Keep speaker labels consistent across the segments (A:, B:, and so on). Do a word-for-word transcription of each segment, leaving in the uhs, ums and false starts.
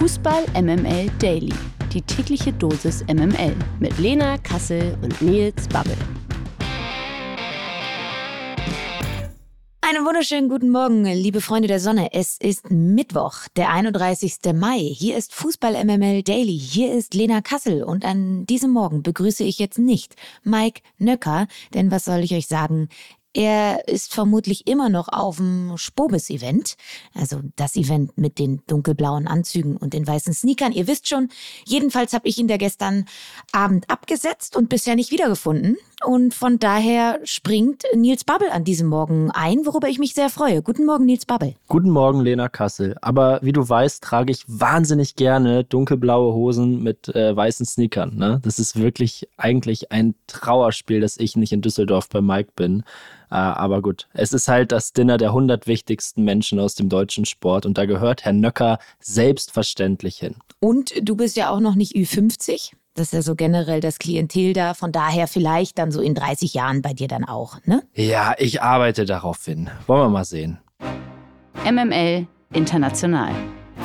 A: Fußball M M L Daily. Die tägliche Dosis M M L mit Lena Kassel und Nils Babbel.
B: Einen wunderschönen guten Morgen, liebe Freunde der Sonne. Es ist Mittwoch, der einunddreißigsten Mai. Hier ist Fußball M M L Daily. Hier ist Lena Kassel. Und an diesem Morgen begrüße ich jetzt nicht Mike Nöcker, denn was soll ich euch sagen? Er ist vermutlich immer noch auf dem Spobis-Event, also das Event mit den dunkelblauen Anzügen und den weißen Sneakern. Ihr wisst schon, jedenfalls habe ich ihn da gestern Abend abgesetzt und bisher nicht wiedergefunden. Und von daher springt Nils Babbel an diesem Morgen ein, worüber ich mich sehr freue. Guten Morgen, Nils Babbel.
C: Guten Morgen, Lena Kassel. Aber wie du weißt, trage ich wahnsinnig gerne dunkelblaue Hosen mit äh, weißen Sneakern. Ne? Das ist wirklich eigentlich ein Trauerspiel, dass ich nicht in Düsseldorf bei Mike bin. Äh, aber gut, es ist halt das Dinner der hundert wichtigsten Menschen aus dem deutschen Sport. Und da gehört Herr Nöcker selbstverständlich hin.
B: Und du bist ja auch noch nicht Ü fünfzig. Das ist ja so generell das Klientel da. Von daher vielleicht dann so in dreißig Jahren bei dir dann auch, ne?
C: Ja, ich arbeite darauf hin. Wollen wir mal sehen.
A: M M L International.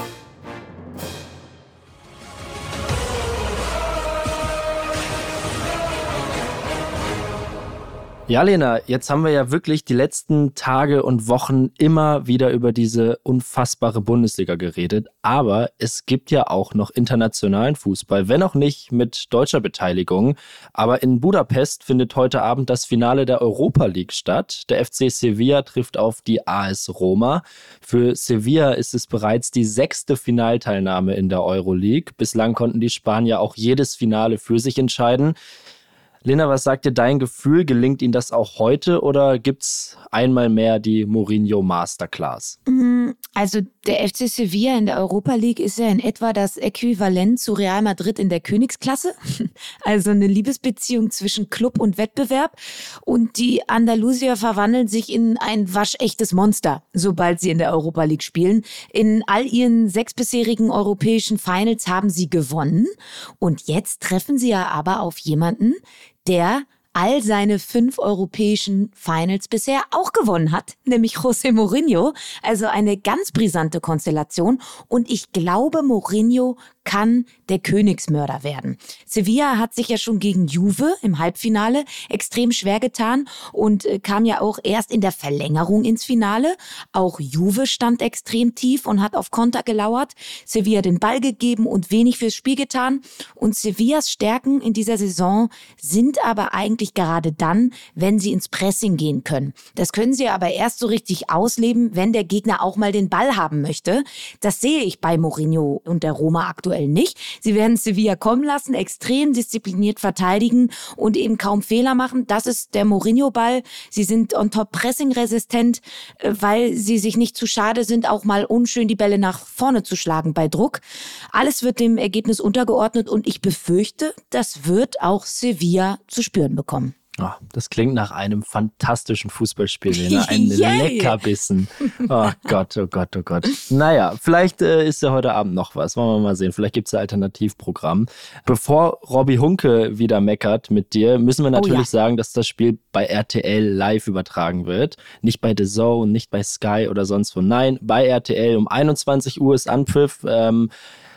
C: Ja, Lena, jetzt haben wir ja wirklich die letzten Tage und Wochen immer wieder über diese unfassbare Bundesliga geredet. Aber es gibt ja auch noch internationalen Fußball, wenn auch nicht mit deutscher Beteiligung. Aber in Budapest findet heute Abend das Finale der Europa League statt. Der F C Sevilla trifft auf die A S Roma. Für Sevilla ist es bereits die sechste Finalteilnahme in der Euroleague. Bislang konnten die Spanier auch jedes Finale für sich entscheiden. Lena, was sagt dir dein Gefühl? Gelingt Ihnen das auch heute oder gibt's einmal mehr die Mourinho Masterclass?
B: Also der F C Sevilla in der Europa League ist ja in etwa das Äquivalent zu Real Madrid in der Königsklasse. Also eine Liebesbeziehung zwischen Club und Wettbewerb. Und die Andalusier verwandeln sich in ein waschechtes Monster, sobald sie in der Europa League spielen. In all ihren sechs bisherigen europäischen Finals haben sie gewonnen. Und jetzt treffen sie ja aber auf jemanden, der all seine fünf europäischen Finals bisher auch gewonnen hat, nämlich José Mourinho. Also eine ganz brisante Konstellation. Und ich glaube, Mourinho kann der Königsmörder werden. Sevilla hat sich ja schon gegen Juve im Halbfinale extrem schwer getan und äh, kam ja auch erst in der Verlängerung ins Finale. Auch Juve stand extrem tief und hat auf Konter gelauert. Sevilla den Ball gegeben und wenig fürs Spiel getan. Und Sevillas Stärken in dieser Saison sind aber eigentlich gerade dann, wenn sie ins Pressing gehen können. Das können sie aber erst so richtig ausleben, wenn der Gegner auch mal den Ball haben möchte. Das sehe ich bei Mourinho und der Roma aktuell nicht. Sie werden Sevilla kommen lassen, extrem diszipliniert verteidigen und eben kaum Fehler machen. Das ist der Mourinho-Ball. Sie sind on top pressing-resistent, weil sie sich nicht zu schade sind, auch mal unschön die Bälle nach vorne zu schlagen bei Druck. Alles wird dem Ergebnis untergeordnet und ich befürchte, das wird auch Sevilla zu spüren bekommen.
C: Oh, das klingt nach einem fantastischen Fußballspiel, Lena. Ein Leckerbissen. Oh Gott, oh Gott, oh Gott. Naja, vielleicht äh, ist ja heute Abend noch was. Wollen wir mal sehen. Vielleicht gibt es ein Alternativprogramm. Bevor Robby Hunke wieder meckert mit dir, müssen wir natürlich oh ja. sagen, dass das Spiel bei R T L live übertragen wird. Nicht bei The Zone, nicht bei Sky oder sonst wo. Nein, bei R T L um einundzwanzig Uhr ist Anpfiff. Ähm,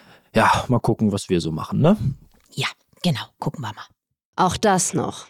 C: ja, mal gucken, was wir so machen, ne?
B: Ja, genau. Gucken wir mal.
A: Auch das noch.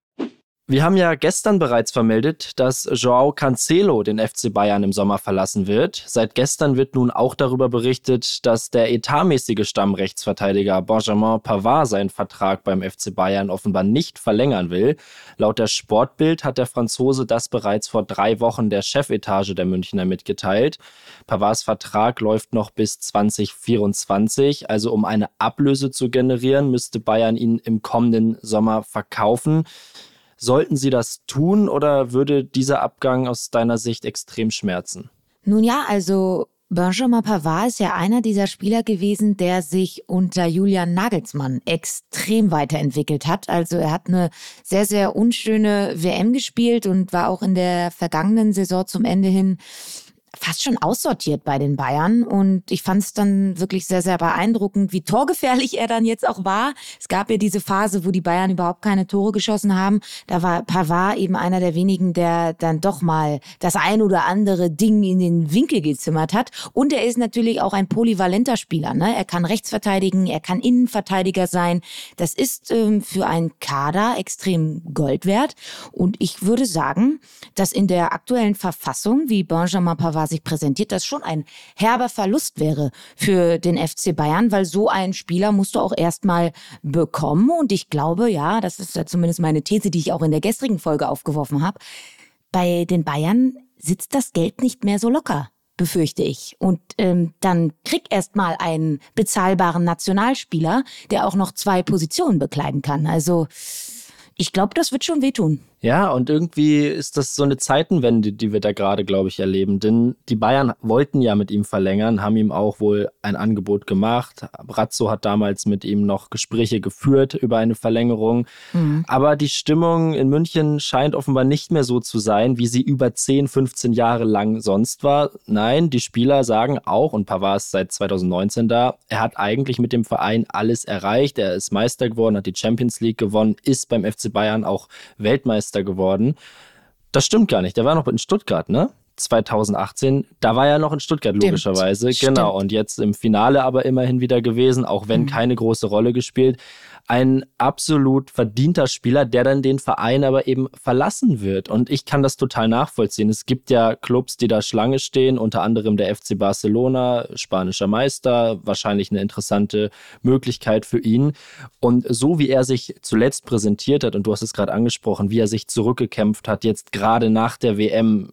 C: Wir haben ja gestern bereits vermeldet, dass João Cancelo den F C Bayern im Sommer verlassen wird. Seit gestern wird nun auch darüber berichtet, dass der etatmäßige Stammrechtsverteidiger Benjamin Pavard seinen Vertrag beim F C Bayern offenbar nicht verlängern will. Laut der Sportbild hat der Franzose das bereits vor drei Wochen der Chefetage der Münchner mitgeteilt. Pavards Vertrag läuft noch bis zwanzig vierundzwanzig, also um eine Ablöse zu generieren, müsste Bayern ihn im kommenden Sommer verkaufen. Sollten sie das tun oder würde dieser Abgang aus deiner Sicht extrem schmerzen?
B: Nun ja, also Benjamin Pavard ist ja einer dieser Spieler gewesen, der sich unter Julian Nagelsmann extrem weiterentwickelt hat. Also er hat eine sehr, sehr unschöne W M gespielt und war auch in der vergangenen Saison zum Ende hin fast schon aussortiert bei den Bayern und ich fand es dann wirklich sehr, sehr beeindruckend, wie torgefährlich er dann jetzt auch war. Es gab ja diese Phase, wo die Bayern überhaupt keine Tore geschossen haben. Da war Pavard eben einer der wenigen, der dann doch mal das ein oder andere Ding in den Winkel gezimmert hat. Und er ist natürlich auch ein polyvalenter Spieler, ne? Er kann rechts verteidigen, er kann Innenverteidiger sein. Das ist ähm, für einen Kader extrem Gold wert. Und ich würde sagen, dass in der aktuellen Verfassung, wie Benjamin Pavard sich präsentiert, das schon ein herber Verlust wäre für den F C Bayern, weil so einen Spieler musst du auch erstmal bekommen. Und ich glaube, ja, das ist ja zumindest meine These, die ich auch in der gestrigen Folge aufgeworfen habe, bei den Bayern sitzt das Geld nicht mehr so locker, befürchte ich. Und ähm, dann krieg erst mal einen bezahlbaren Nationalspieler, der auch noch zwei Positionen bekleiden kann. Also ich glaube, das wird schon wehtun.
C: Ja, und irgendwie ist das so eine Zeitenwende, die wir da gerade, glaube ich, erleben. Denn die Bayern wollten ja mit ihm verlängern, haben ihm auch wohl ein Angebot gemacht. Brazzo hat damals mit ihm noch Gespräche geführt über eine Verlängerung. Mhm. Aber die Stimmung in München scheint offenbar nicht mehr so zu sein, wie sie über zehn, fünfzehn Jahre lang sonst war. Nein, die Spieler sagen auch, und Pavard ist seit zwanzig neunzehn da, er hat eigentlich mit dem Verein alles erreicht. Er ist Meister geworden, hat die Champions League gewonnen, ist beim F C Bayern auch Weltmeister geworden. Das stimmt gar nicht. Der war noch in Stuttgart, ne? zwanzig achtzehn. Da war er noch in Stuttgart, logischerweise.
B: Stimmt.
C: Genau. Und jetzt im Finale aber immerhin wieder gewesen, auch wenn mhm. keine große Rolle gespielt. Ein absolut verdienter Spieler, der dann den Verein aber eben verlassen wird. Und ich kann das total nachvollziehen. Es gibt ja Clubs, die da Schlange stehen, unter anderem der F C Barcelona, spanischer Meister, wahrscheinlich eine interessante Möglichkeit für ihn. Und so wie er sich zuletzt präsentiert hat, und du hast es gerade angesprochen, wie er sich zurückgekämpft hat, jetzt gerade nach der W M,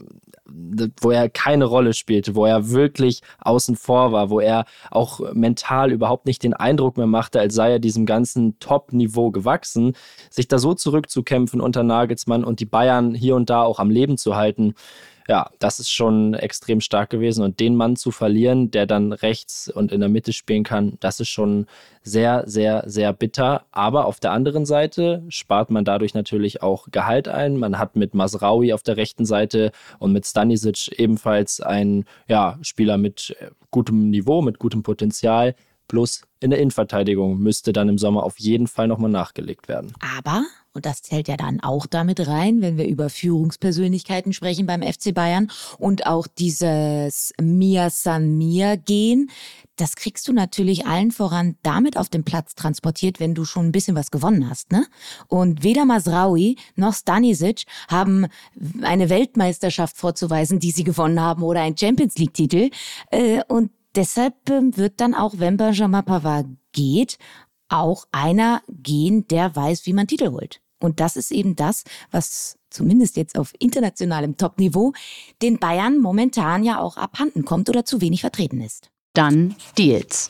C: wo er keine Rolle spielte, wo er wirklich außen vor war, wo er auch mental überhaupt nicht den Eindruck mehr machte, als sei er diesem ganzen Top-Niveau gewachsen, sich da so zurückzukämpfen unter Nagelsmann und die Bayern hier und da auch am Leben zu halten, ja, das ist schon extrem stark gewesen. Und den Mann zu verlieren, der dann rechts und in der Mitte spielen kann, das ist schon sehr, sehr, sehr bitter. Aber auf der anderen Seite spart man dadurch natürlich auch Gehalt ein. Man hat mit Mazraoui auf der rechten Seite und mit Stanisic ebenfalls einen ja, Spieler mit gutem Niveau, mit gutem Potenzial. Plus in der Innenverteidigung müsste dann im Sommer auf jeden Fall nochmal nachgelegt werden.
B: Aber, und das zählt ja dann auch damit rein, wenn wir über Führungspersönlichkeiten sprechen beim F C Bayern und auch dieses Mir San Mir gehen, das kriegst du natürlich allen voran damit auf den Platz transportiert, wenn du schon ein bisschen was gewonnen hast, ne? Und weder Mazraoui noch Stanisic haben eine Weltmeisterschaft vorzuweisen, die sie gewonnen haben, oder einen Champions-League-Titel. Äh, und deshalb wird dann auch, wenn Benjamin Pavard geht, auch einer gehen, der weiß, wie man Titel holt. Und das ist eben das, was zumindest jetzt auf internationalem Top-Niveau den Bayern momentan ja auch abhanden kommt oder zu wenig vertreten ist.
A: Dann Deals.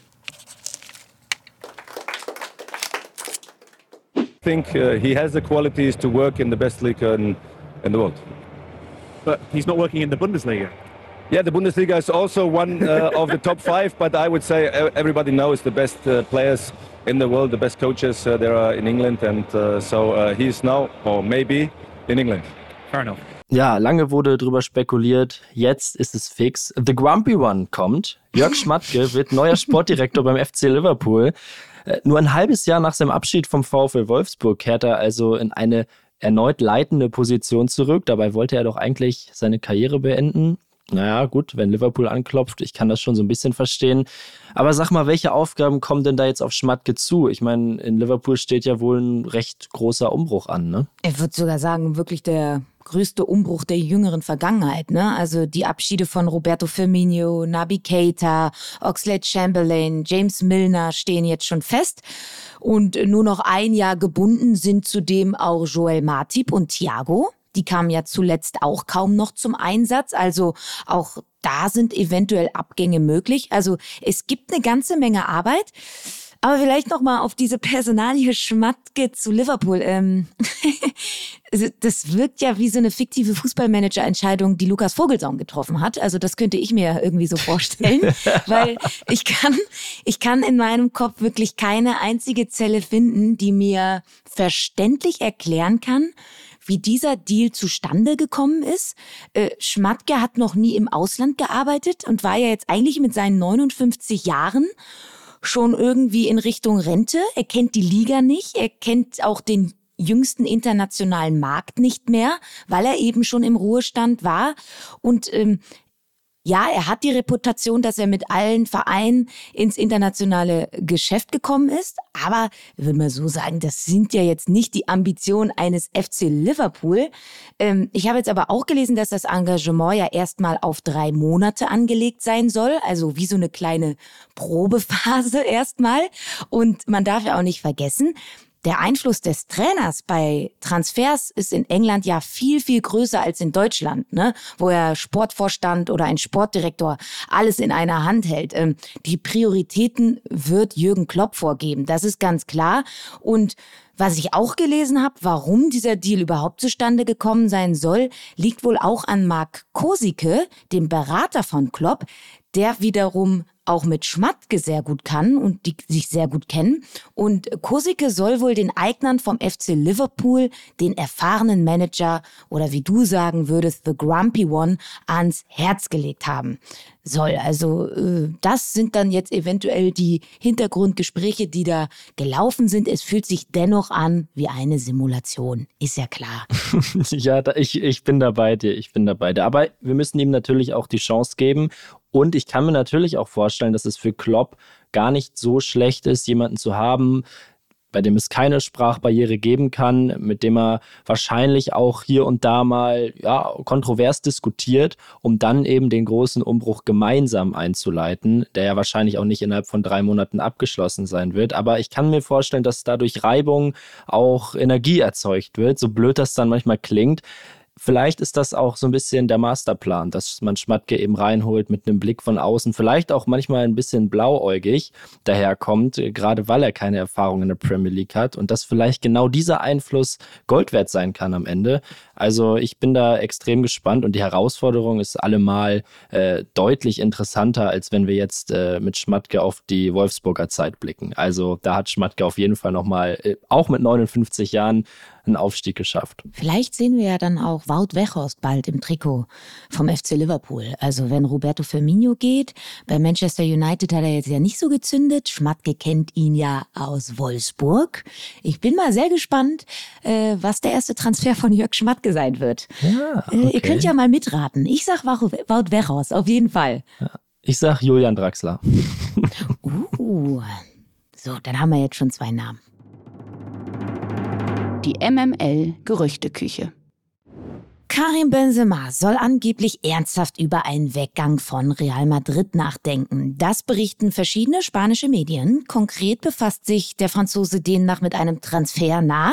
D: I think uh, he has the qualities to work in the best league in, in the world.
E: But he's not working in the Bundesliga.
D: Yeah, the Bundesliga is also one uh, of the top five, but I would say everybody knows the best uh, players in the world, the best coaches uh, there are in England, and uh, so uh, he's now, or maybe, in England.
E: Fair enough.
C: Ja, lange wurde drüber spekuliert, jetzt ist es fix. The Grumpy One kommt. Jörg Schmatke wird neuer Sportdirektor beim F C Liverpool. Äh, nur ein halbes Jahr nach seinem Abschied vom VfL Wolfsburg kehrt er also in eine erneut leitende Position zurück. Dabei wollte er doch eigentlich seine Karriere beenden. Naja, gut, wenn Liverpool anklopft, ich kann das schon so ein bisschen verstehen. Aber sag mal, welche Aufgaben kommen denn da jetzt auf Schmatke zu? Ich meine, in Liverpool steht ja wohl ein recht großer Umbruch an, ne?
B: Ich würde sogar sagen, wirklich der größte Umbruch der jüngeren Vergangenheit, ne? Also die Abschiede von Roberto Firmino, Naby Keita, Oxlade-Chamberlain, James Milner stehen jetzt schon fest. Und nur noch ein Jahr gebunden sind zudem auch Joel Matip und Thiago. Die kamen ja zuletzt auch kaum noch zum Einsatz. Also auch da sind eventuell Abgänge möglich. Also es gibt eine ganze Menge Arbeit. Aber vielleicht noch mal auf diese Personalie Schmatke zu Liverpool. Ähm das wirkt ja wie so eine fiktive Fußballmanager-Entscheidung, die Lukas Vogelsang getroffen hat. Also das könnte ich mir irgendwie so vorstellen. Weil ich kann, ich kann in meinem Kopf wirklich keine einzige Zelle finden, die mir verständlich erklären kann, wie dieser Deal zustande gekommen ist. Äh, Schmatke hat noch nie im Ausland gearbeitet und war ja jetzt eigentlich mit seinen neunundfünfzig Jahren schon irgendwie in Richtung Rente. Er kennt die Liga nicht, er kennt auch den jüngsten internationalen Markt nicht mehr, weil er eben schon im Ruhestand war. Und ähm, ja, er hat die Reputation, dass er mit allen Vereinen ins internationale Geschäft gekommen ist. Aber ich würde mal so sagen, das sind ja jetzt nicht die Ambitionen eines F C Liverpool. Ähm, ich habe jetzt aber auch gelesen, dass das Engagement ja erstmal auf drei Monate angelegt sein soll. Also wie so eine kleine Probephase erstmal. Und man darf ja auch nicht vergessen, der Einfluss des Trainers bei Transfers ist in England ja viel, viel größer als in Deutschland, ne? Wo ja Sportvorstand oder ein Sportdirektor alles in einer Hand hält. Ähm, die Prioritäten wird Jürgen Klopp vorgeben, das ist ganz klar. Und was ich auch gelesen habe, warum dieser Deal überhaupt zustande gekommen sein soll, liegt wohl auch an Mark Kosicke, dem Berater von Klopp, der wiederum auch mit Schmatke sehr gut kann und die sich sehr gut kennen. Und Kosicke soll wohl den Eignern vom F C Liverpool den erfahrenen Manager oder wie du sagen würdest, the grumpy one, ans Herz gelegt haben. Soll. Also äh, das sind dann jetzt eventuell die Hintergrundgespräche, die da gelaufen sind. Es fühlt sich dennoch an wie eine Simulation, ist ja klar.
C: Ja, da, ich, ich bin da bei dir, ich bin da bei dir. Aber wir müssen ihm natürlich auch die Chance geben. Und ich kann mir natürlich auch vorstellen, dass es für Klopp gar nicht so schlecht ist, jemanden zu haben, bei dem es keine Sprachbarriere geben kann, mit dem er wahrscheinlich auch hier und da mal ja, kontrovers diskutiert, um dann eben den großen Umbruch gemeinsam einzuleiten, der ja wahrscheinlich auch nicht innerhalb von drei Monaten abgeschlossen sein wird. Aber ich kann mir vorstellen, dass dadurch Reibung auch Energie erzeugt wird, so blöd das dann manchmal klingt. Vielleicht ist das auch so ein bisschen der Masterplan, dass man Schmatke eben reinholt mit einem Blick von außen, vielleicht auch manchmal ein bisschen blauäugig daherkommt, gerade weil er keine Erfahrung in der Premier League hat und dass vielleicht genau dieser Einfluss Gold wert sein kann am Ende. Also ich bin da extrem gespannt und die Herausforderung ist allemal äh, deutlich interessanter, als wenn wir jetzt äh, mit Schmatke auf die Wolfsburger Zeit blicken. Also da hat Schmatke auf jeden Fall nochmal, äh, auch mit neunundfünfzig Jahren, einen Aufstieg geschafft.
B: Vielleicht sehen wir ja dann auch Wout Weghorst bald im Trikot vom F C Liverpool. Also wenn Roberto Firmino geht, bei Manchester United hat er jetzt ja nicht so gezündet. Schmatke kennt ihn ja aus Wolfsburg. Ich bin mal sehr gespannt, äh, was der erste Transfer von Jörg Schmatke sein wird.
C: Ja, okay.
B: äh, ihr könnt ja mal mitraten. Ich sag Wout Weghorst, auf jeden Fall.
C: Ja, ich sag Julian Draxler.
B: uh, so, dann haben wir jetzt schon zwei Namen.
A: Die M M L-Gerüchteküche.
B: Karim Benzema soll angeblich ernsthaft über einen Weggang von Real Madrid nachdenken. Das berichten verschiedene spanische Medien. Konkret befasst sich der Franzose demnach mit einem Transfer nach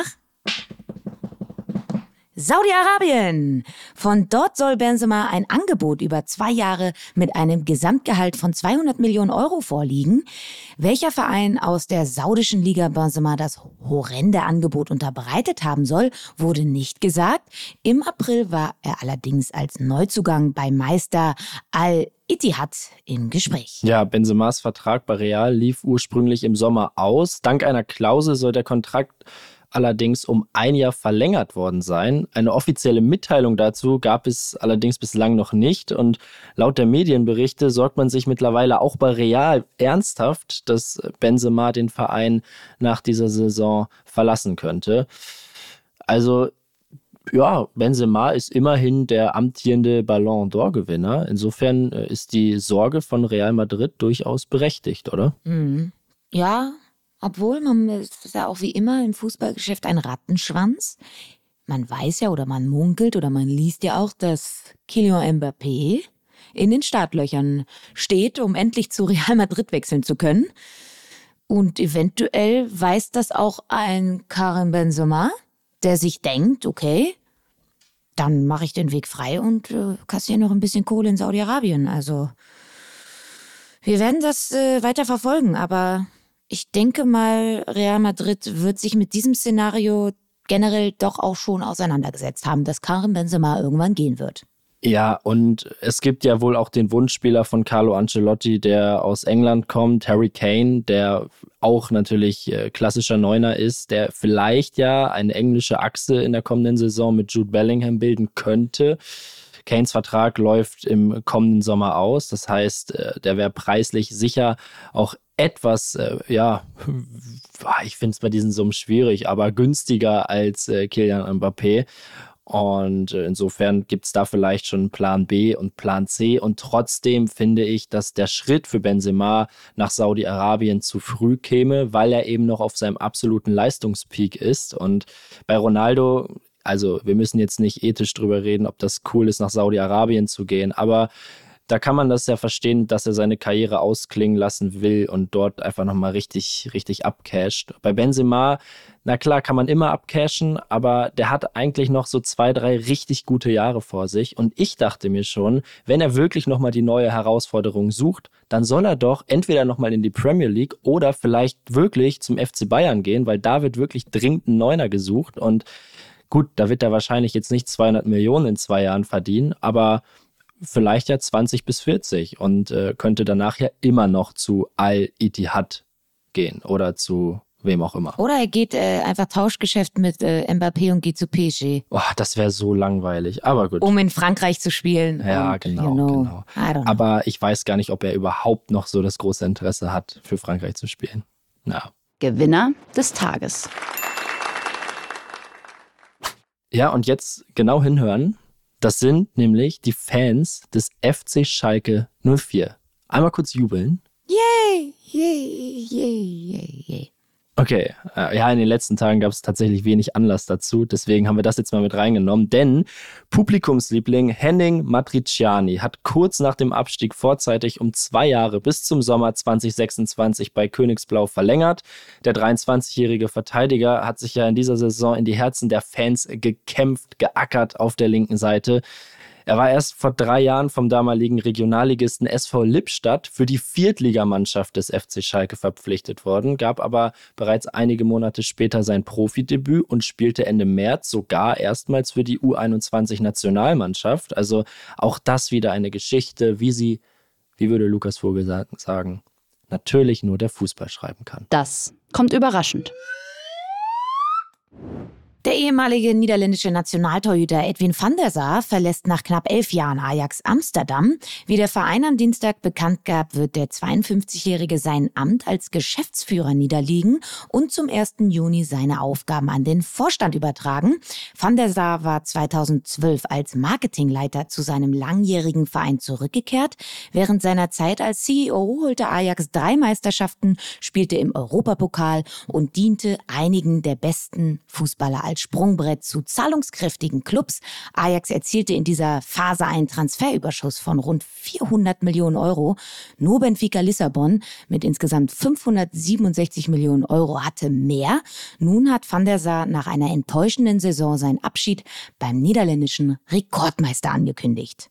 B: Saudi-Arabien. Von dort soll Benzema ein Angebot über zwei Jahre mit einem Gesamtgehalt von zweihundert Millionen Euro vorliegen. Welcher Verein aus der saudischen Liga Benzema das horrende Angebot unterbreitet haben soll, wurde nicht gesagt. Im April war er allerdings als Neuzugang bei Meister Al-Ittihad im Gespräch.
C: Ja, Benzemas Vertrag bei Real lief ursprünglich im Sommer aus. Dank einer Klausel soll der Kontrakt allerdings um ein Jahr verlängert worden sein. Eine offizielle Mitteilung dazu gab es allerdings bislang noch nicht. Und laut der Medienberichte sorgt man sich mittlerweile auch bei Real ernsthaft, dass Benzema den Verein nach dieser Saison verlassen könnte. Also ja, Benzema ist immerhin der amtierende Ballon d'Or-Gewinner. Insofern ist die Sorge von Real Madrid durchaus berechtigt, oder?
B: Mhm. Ja, obwohl, man ist ja auch wie immer im Fußballgeschäft ein Rattenschwanz. Man weiß ja oder man munkelt oder man liest ja auch, dass Kylian Mbappé in den Startlöchern steht, um endlich zu Real Madrid wechseln zu können. Und eventuell weiß das auch ein Karim Benzema, der sich denkt, okay, dann mache ich den Weg frei und äh, kassiere noch ein bisschen Kohle in Saudi-Arabien. Also wir werden das äh, weiter verfolgen, aber ich denke mal, Real Madrid wird sich mit diesem Szenario generell doch auch schon auseinandergesetzt haben, dass Karim Benzema irgendwann gehen wird.
C: Ja, und es gibt ja wohl auch den Wunschspieler von Carlo Ancelotti, der aus England kommt, Harry Kane, der auch natürlich äh, klassischer Neuner ist, der vielleicht ja eine englische Achse in der kommenden Saison mit Jude Bellingham bilden könnte. Kanes Vertrag läuft im kommenden Sommer aus. Das heißt, äh, der wäre preislich sicher auch etwas, äh, ja, ich finde es bei diesen Summen schwierig, aber günstiger als äh, Kylian Mbappé. Und insofern gibt es da vielleicht schon Plan B und Plan C. Und trotzdem finde ich, dass der Schritt für Benzema nach Saudi-Arabien zu früh käme, weil er eben noch auf seinem absoluten Leistungspeak ist. Und bei Ronaldo, also wir müssen jetzt nicht ethisch drüber reden, ob das cool ist, nach Saudi-Arabien zu gehen, aber da kann man das ja verstehen, dass er seine Karriere ausklingen lassen will und dort einfach nochmal richtig, richtig abcasht. Bei Benzema, na klar, kann man immer abcashen, aber der hat eigentlich noch so zwei, drei richtig gute Jahre vor sich. Und ich dachte mir schon, wenn er wirklich nochmal die neue Herausforderung sucht, dann soll er doch entweder nochmal in die Premier League oder vielleicht wirklich zum F C Bayern gehen, weil da wird wirklich dringend ein Neuner gesucht. Und gut, da wird er wahrscheinlich jetzt nicht zweihundert Millionen in zwei Jahren verdienen, aber vielleicht ja zwanzig bis vierzig und äh, könnte danach ja immer noch zu Al-Ittihad gehen oder zu wem auch immer.
B: Oder er geht äh, einfach Tauschgeschäft mit äh, Mbappé und geht zu P S G.
C: Oh, das wäre so langweilig, aber gut.
B: Um in Frankreich zu spielen.
C: Ja,
B: und,
C: genau,
B: you know,
C: genau. Aber ich weiß gar nicht, ob er überhaupt noch so das große Interesse hat, für Frankreich zu spielen. Ja.
A: Gewinner des Tages.
C: Ja, und jetzt genau hinhören. Das sind nämlich die Fans des F C Schalke null vier. Einmal kurz jubeln.
B: Yay, yay, yay, yay, yay.
C: Okay, ja, in den letzten Tagen gab es tatsächlich wenig Anlass dazu, deswegen haben wir das jetzt mal mit reingenommen, denn Publikumsliebling Henning Matriciani hat kurz nach dem Abstieg vorzeitig um zwei Jahre bis zum Sommer zwanzig sechsundzwanzig bei Königsblau verlängert. Der dreiundzwanzigjährige Verteidiger hat sich ja in dieser Saison in die Herzen der Fans gekämpft, geackert auf der linken Seite. Er war erst vor drei Jahren vom damaligen Regionalligisten S V Lippstadt für die Viertligamannschaft des F C Schalke verpflichtet worden, gab aber bereits einige Monate später sein Profidebüt und spielte Ende März sogar erstmals für die U einundzwanzig-Nationalmannschaft. Also auch das wieder eine Geschichte, wie sie, wie würde Lukas Vogel sagen, natürlich nur der Fußball schreiben kann.
A: Das kommt überraschend.
B: Der ehemalige niederländische Nationaltorhüter Edwin van der Sar verlässt nach knapp elf Jahren Ajax Amsterdam. Wie der Verein am Dienstag bekannt gab, wird der zweiundfünfzigjährige sein Amt als Geschäftsführer niederlegen und zum ersten Juni seine Aufgaben an den Vorstand übertragen. Van der Sar war zweitausendzwölf als Marketingleiter zu seinem langjährigen Verein zurückgekehrt. Während seiner Zeit als C E O holte Ajax drei Meisterschaften, spielte im Europapokal und diente einigen der besten Fußballer als Sprungbrett zu zahlungskräftigen Clubs. Ajax erzielte in dieser Phase einen Transferüberschuss von rund vierhundert Millionen Euro. Nur Benfica Lissabon mit insgesamt fünfhundertsiebenundsechzig Millionen Euro hatte mehr. Nun hat Van der Sar nach einer enttäuschenden Saison seinen Abschied beim niederländischen Rekordmeister angekündigt.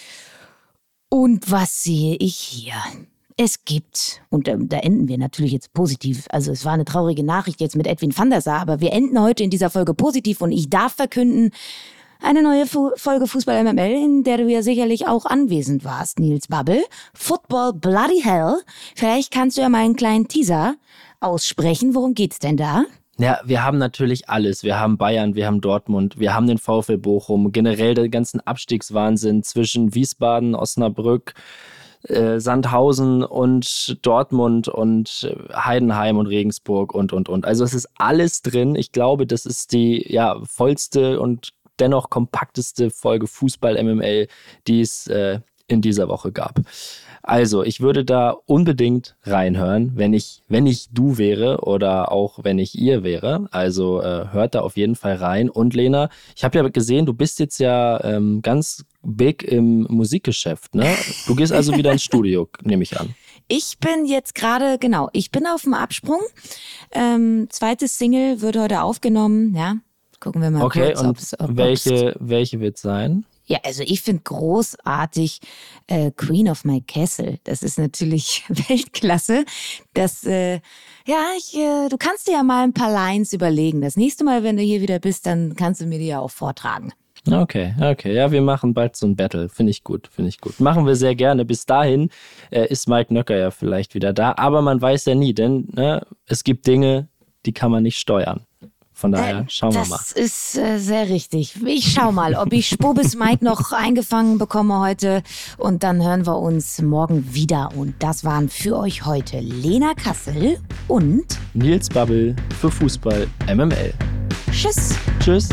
B: Und was sehe ich hier? Es gibt, und ähm, da enden wir natürlich jetzt positiv, also es war eine traurige Nachricht jetzt mit Edwin van der Sar, aber wir enden heute in dieser Folge positiv und ich darf verkünden, eine neue Fu- Folge Fußball M M L, in der du ja sicherlich auch anwesend warst, Nils Babbel. Football Bloody Hell. Vielleicht kannst du ja mal einen kleinen Teaser aussprechen. Worum geht's denn da?
C: Ja, wir haben natürlich alles. Wir haben Bayern, wir haben Dortmund, wir haben den VfL Bochum, generell den ganzen Abstiegswahnsinn zwischen Wiesbaden, Osnabrück, Äh, Sandhausen und Dortmund und Heidenheim und Regensburg und, und, und. Also es ist alles drin. Ich glaube, das ist die ja, vollste und dennoch kompakteste Folge Fußball M M L, die es äh, in dieser Woche gab. Also, ich würde da unbedingt reinhören, wenn ich, wenn ich du wäre oder auch wenn ich ihr wäre. Also äh, hört da auf jeden Fall rein. Und Lena, ich habe ja gesehen, du bist jetzt ja ähm, ganz big im Musikgeschäft, ne? Du gehst also wieder ins Studio, nehme ich an.
B: Ich bin jetzt gerade, genau, ich bin auf dem Absprung. Ähm, zweites Single wird heute aufgenommen, ja. Gucken wir mal
C: okay,
B: kurz,
C: und
B: ob's, ob,
C: welche,
B: ob's,
C: welche wird sein?
B: Ja, also ich finde großartig äh, Queen of My Castle. Das ist natürlich Weltklasse. Das, äh, ja, ich, äh, du kannst dir ja mal ein paar Lines überlegen. Das nächste Mal, wenn du hier wieder bist, dann kannst du mir die ja auch vortragen.
C: Okay, okay. Ja, wir machen bald so ein Battle. Finde ich gut, finde ich gut. Machen wir sehr gerne. Bis dahin äh, ist Mike Nöcker ja vielleicht wieder da. Aber man weiß ja nie, denn ne, es gibt Dinge, die kann man nicht steuern. Von daher äh, schauen wir mal.
B: Das ist äh, sehr richtig. Ich schau mal, ob ich Spobis Mike noch eingefangen bekomme heute. Und dann hören wir uns morgen wieder. Und das waren für euch heute Lena Kassel und
C: Nils Babbel für Fußball M M L.
B: Tschüss.
C: Tschüss.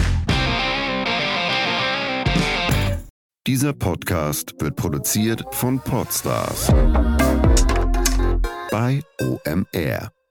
F: Dieser Podcast wird produziert von Podstars bei O M R.